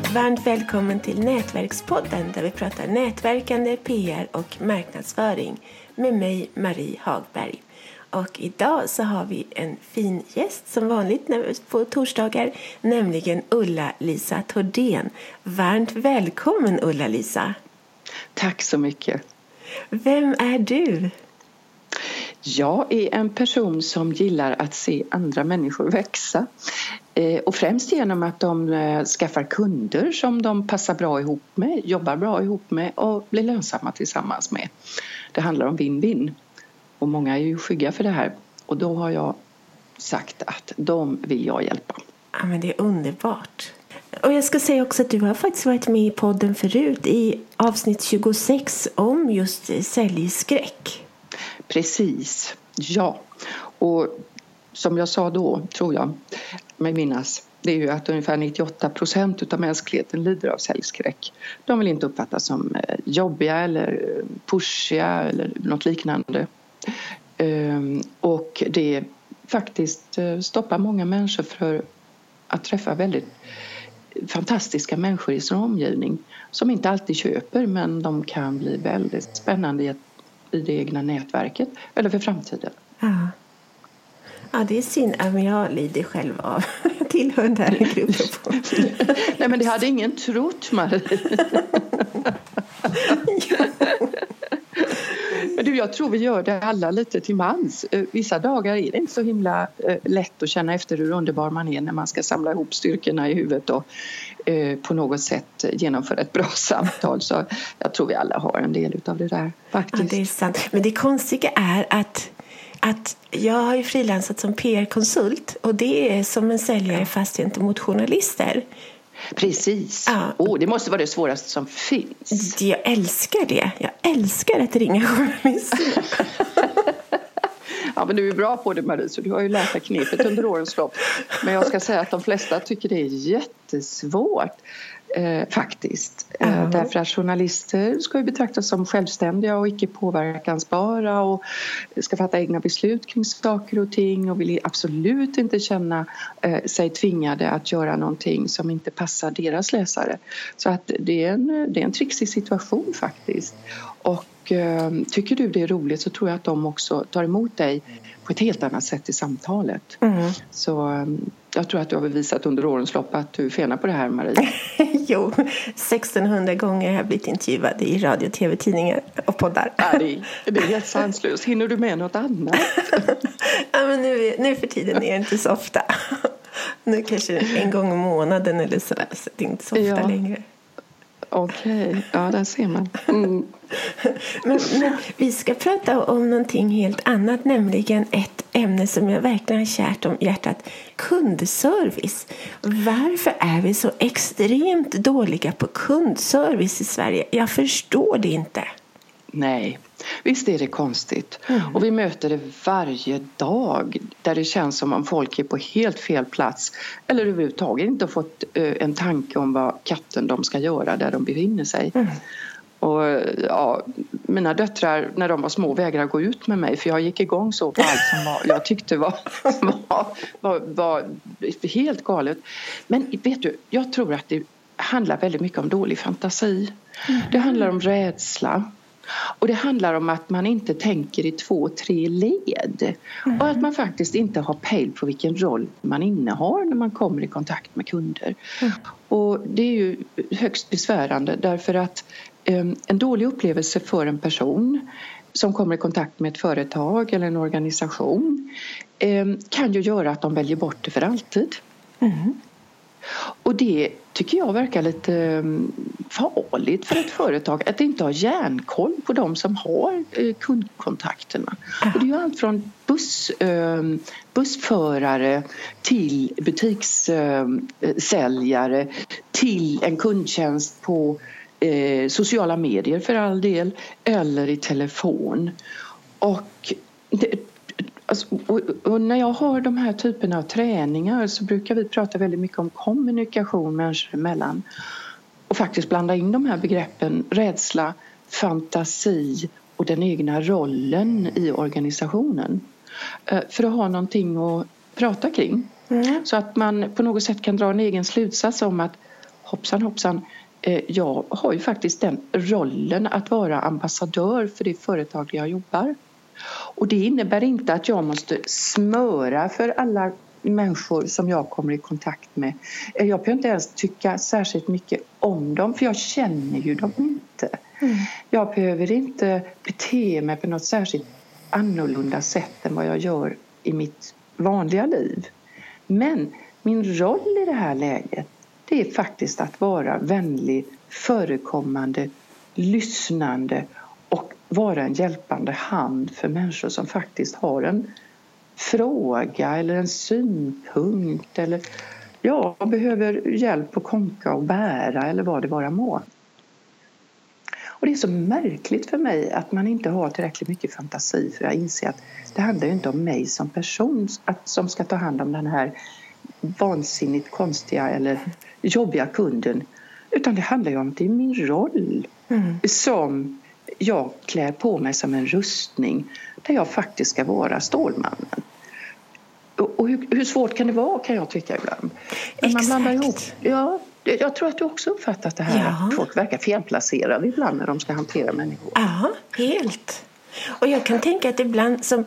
Varmt välkommen till Nätverkspodden där vi pratar nätverkande, PR och marknadsföring med mig Marie Hagberg. Och idag så har vi en fin gäst som vanligt på torsdagar, nämligen Ulla-Lisa Thordén. Varmt välkommen Ulla-Lisa. Tack så mycket. Vem är du? Jag är en person som gillar att se andra människor växa. Och främst genom att de skaffar kunder som de passar bra ihop med, jobbar bra ihop med och blir lönsamma tillsammans med. Det handlar om win-win. Och många är ju skygga för det här. Och då har jag sagt att de vill jag hjälpa. Ja, men det är underbart. Och jag ska säga också att du har faktiskt varit med i podden förut i avsnitt 26 om just säljskräck. Precis, ja. Och som jag sa då, tror jag, med minnas, det är ju att ungefär 98% av mänskligheten lider av säljskräck. De vill inte uppfattas som jobbiga eller pushiga eller något liknande. Och det faktiskt stoppar många människor för att träffa väldigt fantastiska människor i sin omgivning som inte alltid köper, men de kan bli väldigt spännande i det egna nätverket eller för framtiden. Ja, det är synd. Men jag lider själv av. Jag tillhör den här gruppen. Nej, men det hade ingen trott, Marie. Men du, jag tror vi gör det alla lite till mans. Vissa dagar är det inte så himla lätt att känna efter hur underbar man är när man ska samla ihop styrkorna i huvudet och på något sätt genomföra ett bra samtal. Så jag tror vi alla har en del av det där faktiskt. Ja, det är sant. Men det konstiga är att jag har ju frilansat som PR-konsult och det är som en säljare fast gentemot journalister. Precis. Ja. Det måste vara det svåraste som finns. Jag älskar det. Jag älskar att ringa journalister. Ja, men du är bra på det, Marie, så du har ju lärt dig knepet under årens lopp. Men jag ska säga att de flesta tycker det är jättesvårt. Faktiskt. Därför att journalister ska ju betraktas som självständiga och icke påverkansbara och ska fatta egna beslut kring saker och ting och vill absolut inte känna sig tvingade att göra någonting som inte passar deras läsare. Så att det är en trixig situation faktiskt. Och tycker du det är roligt så tror jag att de också tar emot dig på ett helt annat sätt i samtalet. Så jag tror att du har bevisat under årens lopp att du fenar på det här, Marie. Jo, 1600 gånger har jag blivit intervjuad i radio, tv-tidningar och poddar. Ja, det är helt sanslöst. Hinner du med något annat? Ja, men nu för tiden är det inte så ofta. Nu kanske en gång i månaden eller sådär, så det är inte så ofta längre. Okej, ja, där ser man. Men vi ska prata om någonting helt annat, nämligen ett ämne som jag verkligen har kärt om hjärtat. Kundservice. Varför är vi så extremt dåliga på kundservice i Sverige? Jag förstår det inte. Nej, visst är det konstigt. Och vi möter det varje dag där det känns som om folk är på helt fel plats eller överhuvudtaget inte har fått en tanke om vad katten de ska göra där de befinner sig. Och ja, mina döttrar när de var små vägrade gå ut med mig för jag gick igång så på allt som jag tyckte var helt galet. Men vet du, jag tror att det handlar väldigt mycket om dålig fantasi. Det handlar om rädsla. Och det handlar om att man inte tänker i 2-3 led. Och att man faktiskt inte har pejl på vilken roll man innehar när man kommer i kontakt med kunder. Och det är ju högst besvärande därför att en dålig upplevelse för en person som kommer i kontakt med ett företag eller en organisation kan ju göra att de väljer bort det för alltid. Och det tycker jag verkar lite farligt för ett företag att inte ha järnkoll på de som har kundkontakterna. Och det är ju allt från bussförare till butikssäljare till en kundtjänst på sociala medier för all del eller i telefon. Och och när jag har de här typerna av träningar så brukar vi prata väldigt mycket om kommunikation människor emellan. Och faktiskt blanda in de här begreppen rädsla, fantasi och den egna rollen i organisationen. För att ha någonting att prata kring. Så att man på något sätt kan dra en egen slutsats om att hoppsan, jag har ju faktiskt den rollen att vara ambassadör för det företag där jag jobbar. Och det innebär inte att jag måste smöra för alla människor som jag kommer i kontakt med. Jag behöver inte ens tycka särskilt mycket om dem, för jag känner ju dem inte. Jag behöver inte bete mig på något särskilt annorlunda sätt än vad jag gör i mitt vanliga liv. Men min roll i det här läget, det är faktiskt att vara vänlig, förekommande, lyssnande och vara en hjälpande hand för människor som faktiskt har en fråga eller en synpunkt eller behöver hjälp att konka och bära eller vad det vara må. Och det är så märkligt för mig att man inte har tillräckligt mycket fantasi, för jag inser att det handlar ju inte om mig som person som ska ta hand om den här vansinnigt konstiga eller jobbiga kunden, utan det handlar ju om att det är min roll som jag klär på mig som en rustning där jag faktiskt ska vara Stålmannen. Och hur svårt kan det vara, kan jag tycka ibland. Men man blandar ihop. Ja, jag tror att du också uppfattat det här. Ja. Att folk verkar felplacerade ibland när de ska hantera människor. Ja, helt. Och jag kan tänka att ibland som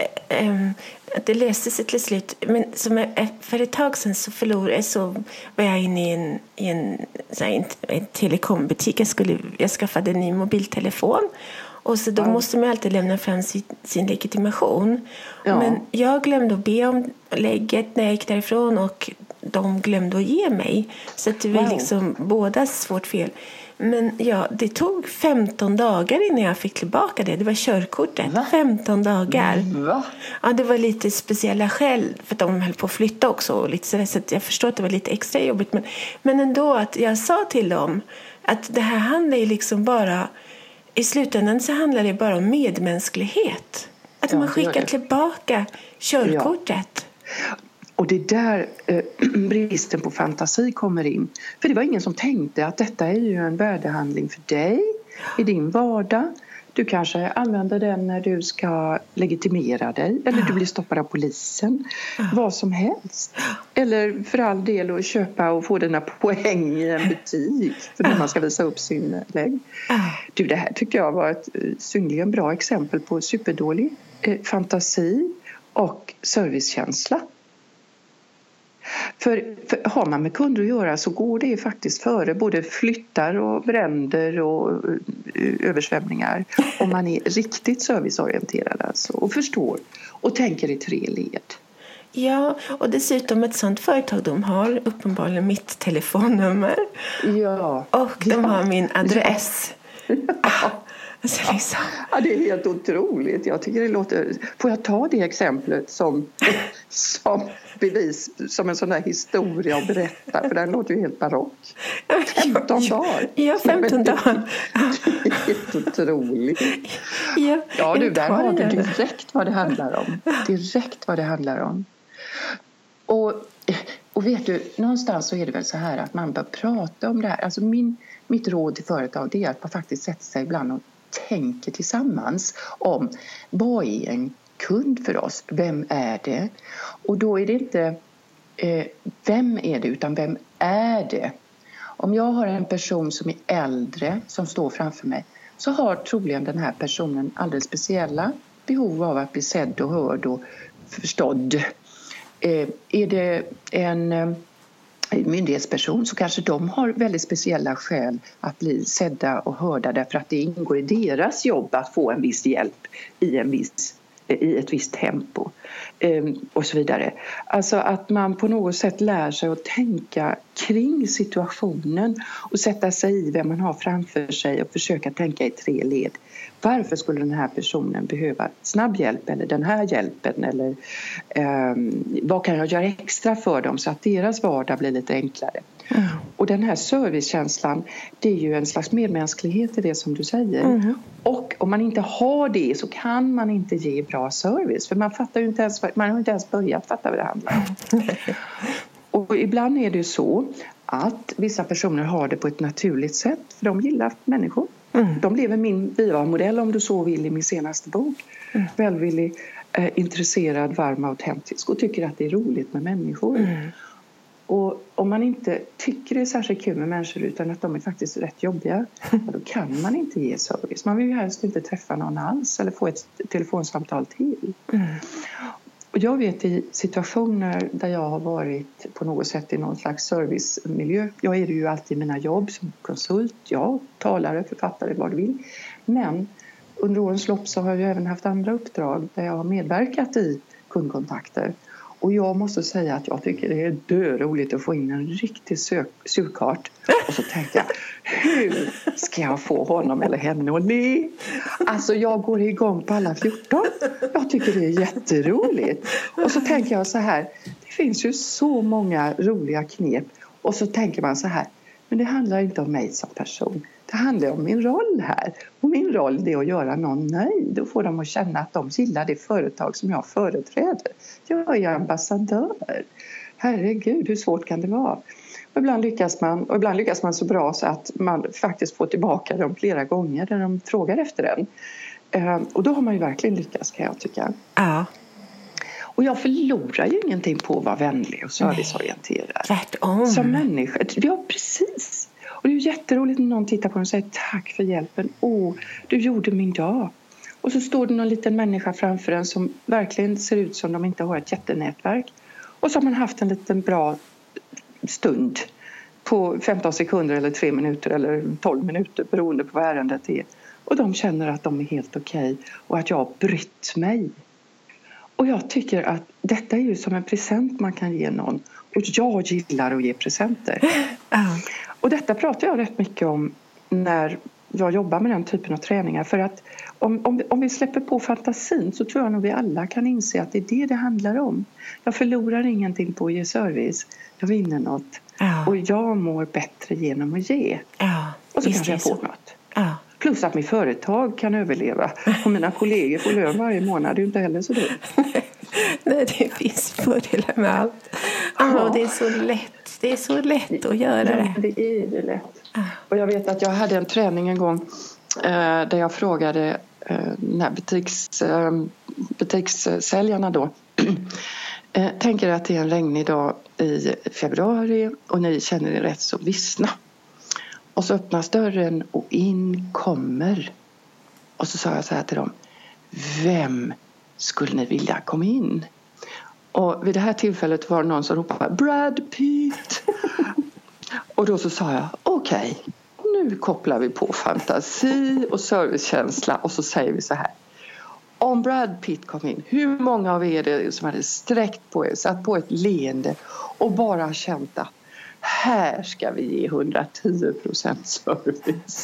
att det löste sig till slut, men som för ett tag sedan så var jag inne i en telekombutik. Jag skaffade en ny mobiltelefon. Och så då måste man alltid lämna fram sin legitimation. Ja. Men jag glömde att be om lägget när jag gick därifrån, och de glömde att ge mig. Så att det var liksom båda svårt fel. Men det tog 15 dagar innan jag fick tillbaka det. Det var körkortet. Va? 15 dagar. Va? Ja, det var lite speciella skäl för att de höll på att flytta också. Och lite sådär, så att jag förstår att det var lite extra jobbigt. Men ändå att jag sa till dem att det här handlar ju liksom bara... I slutändan så handlar det bara om medmänsklighet. Att man skickar tillbaka körkortet. Ja. Och det där bristen på fantasi kommer in. För det var ingen som tänkte att detta är ju en värdehandling för dig i din vardag. Du kanske använder den när du ska legitimera dig. Eller du blir stoppad av polisen. Vad som helst. Eller för all del att köpa och få dina poäng i en butik. För när man ska visa upp sin lägg. Du, det här tyckte jag var ett synnerligen bra exempel på superdålig fantasi och servicekänsla. För har man med kunder att göra så går det faktiskt före både flyttar och bränder och översvämningar. Om man är riktigt serviceorienterad alltså, och förstår och tänker i 3 led. Ja, och dessutom ett sånt företag, de har uppenbarligen mitt telefonnummer. Ja. Och de har min adress. Ja. Alltså liksom. Ja, det är helt otroligt. Jag tycker det låter... Får jag ta det exemplet som bevis, som en sån här historia att berätta? För den låter ju helt barock. 15 dagar. Ja, 15 dagar. Det är helt otroligt. Ja, du, där har du direkt vad det handlar om. Direkt vad det handlar om. Och vet du, någonstans så är det väl så här att man bör prata om det här. Alltså mitt råd till företag, det är att man faktiskt sätter sig ibland och tänker tillsammans om vad är en kund för oss? Vem är det? Och då är det inte vem är det, utan vem är det? Om jag har en person som är äldre som står framför mig, så har troligen den här personen alldeles speciella behov av att bli sedd och hörd och förstådd. Är det en myndighetsperson, så kanske de har väldigt speciella skäl att bli sedda och hörda, därför att det ingår i deras jobb att få en viss hjälp i ett visst tempo och så vidare. Alltså att man på något sätt lär sig att tänka kring situationen och sätta sig i vem man har framför sig och försöka tänka i 3 led. Varför skulle den här personen behöva snabb hjälp eller den här hjälpen, eller vad kan jag göra extra för dem så att deras vardag blir lite enklare. Och den här servicekänslan, det är ju en slags medmänsklighet i det som du säger. Och om man inte har det så kan man inte ge bra service, för man fattar ju inte ens, man har inte ens börjat fatta vad det handlar om. Och ibland är det så att vissa personer har det på ett naturligt sätt, för de gillar människor. De lever min Viva-modell, om du så vill, i min senaste bok. Välvillig, intresserad, varm och autentisk, och tycker att det är roligt med människor. Och om man inte tycker det är särskilt kul med människor utan att de är faktiskt rätt jobbiga, då kan man inte ge service. Man vill ju helst inte träffa någon alls eller få ett telefonsamtal till. Och jag vet i situationer där jag har varit på något sätt i någon slags servicemiljö. Jag är det ju alltid i mina jobb som konsult, talare, författare, vad du vill. Men under årens lopp så har jag även haft andra uppdrag där jag har medverkat i kundkontakter. Och jag måste säga att jag tycker det är döroligt att få in en riktig surkart. Och så tänker jag, hur ska jag få honom eller henne att le? Alltså jag går igång på alla 14. Jag tycker det är jätteroligt. Och så tänker jag så här, det finns ju så många roliga knep. Och så tänker man så här, men det handlar inte om mig som person. Det handlar om min roll här. Och min roll är att göra någon nöjd. Och få dem att känna att de gillar det företag som jag företräder. Jag är ambassadör. Herregud, hur svårt kan det vara? Och ibland lyckas man så bra så att man faktiskt får tillbaka dem flera gånger när de frågar efter den. Och då har man ju verkligen lyckats, kan jag tycka. Ja. Och jag förlorar ju ingenting på att vara vänlig och serviceorienterad. Tvärtom. Som människa. Ja, precis. Och det är ju jätteroligt när någon tittar på en och säger tack för hjälpen. Du gjorde min dag. Och så står det någon liten människa framför en som verkligen ser ut som de inte har ett jättenätverk. Och så har man haft en liten bra stund på 15 sekunder eller 3 minuter eller 12 minuter beroende på vad ärendet är. Och de känner att de är helt okej och att jag har brytt mig. Och jag tycker att detta är ju som en present man kan ge någon. Och jag gillar att ge presenter. Och detta pratar jag rätt mycket om när jag jobbar med den typen av träningar. För att om vi släpper på fantasin så tror jag nog vi alla kan inse att det är det handlar om. Jag förlorar ingenting på att ge service. Jag vinner något. Och jag mår bättre genom att ge. Och så kanske jag får något. Plus att mitt företag kan överleva. Och mina kollegor får lön varje månad. Det är ju inte heller så dumt. Nej, det finns fördelar med allt. Det är så lätt. Det är så lätt att göra det. Det är det lätt. Och jag vet att jag hade en träning en gång där jag frågade när butikssäljarna då tänker att det är en regnig dag i februari och ni känner er rätt så vissna. Och så öppnas dörren och in kommer. Och så sa jag så här till dem. Vem skulle ni vilja komma in? Och vid det här tillfället var det någon som ropade Brad Pitt. Och då så sa jag okej, nu kopplar vi på fantasi och servicekänsla. Och så säger vi så här. Om Brad Pitt kom in, hur många av er är det som hade sträckt på er, satt på ett leende och bara känt att här ska vi ge 110% service.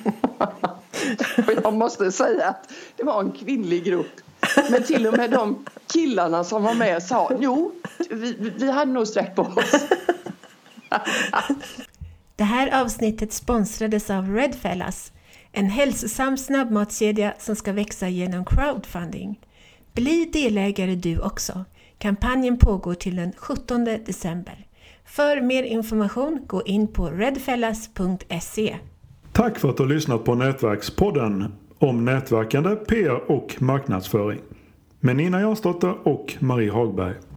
Och jag måste säga att det var en kvinnlig grupp. Men till och med de killarna som var med sa, jo, vi hade nog sträckt på oss. Det här avsnittet sponsrades av Redfellas, en hälsosam snabbmatskedja som ska växa genom crowdfunding. Bli delägare du också. Kampanjen pågår till den 17 december. För mer information, gå in på redfellas.se. Tack för att du har lyssnat på Nätverkspodden om nätverkande, PR och marknadsföring. Med Nina Jansdotter och Marie Hagberg.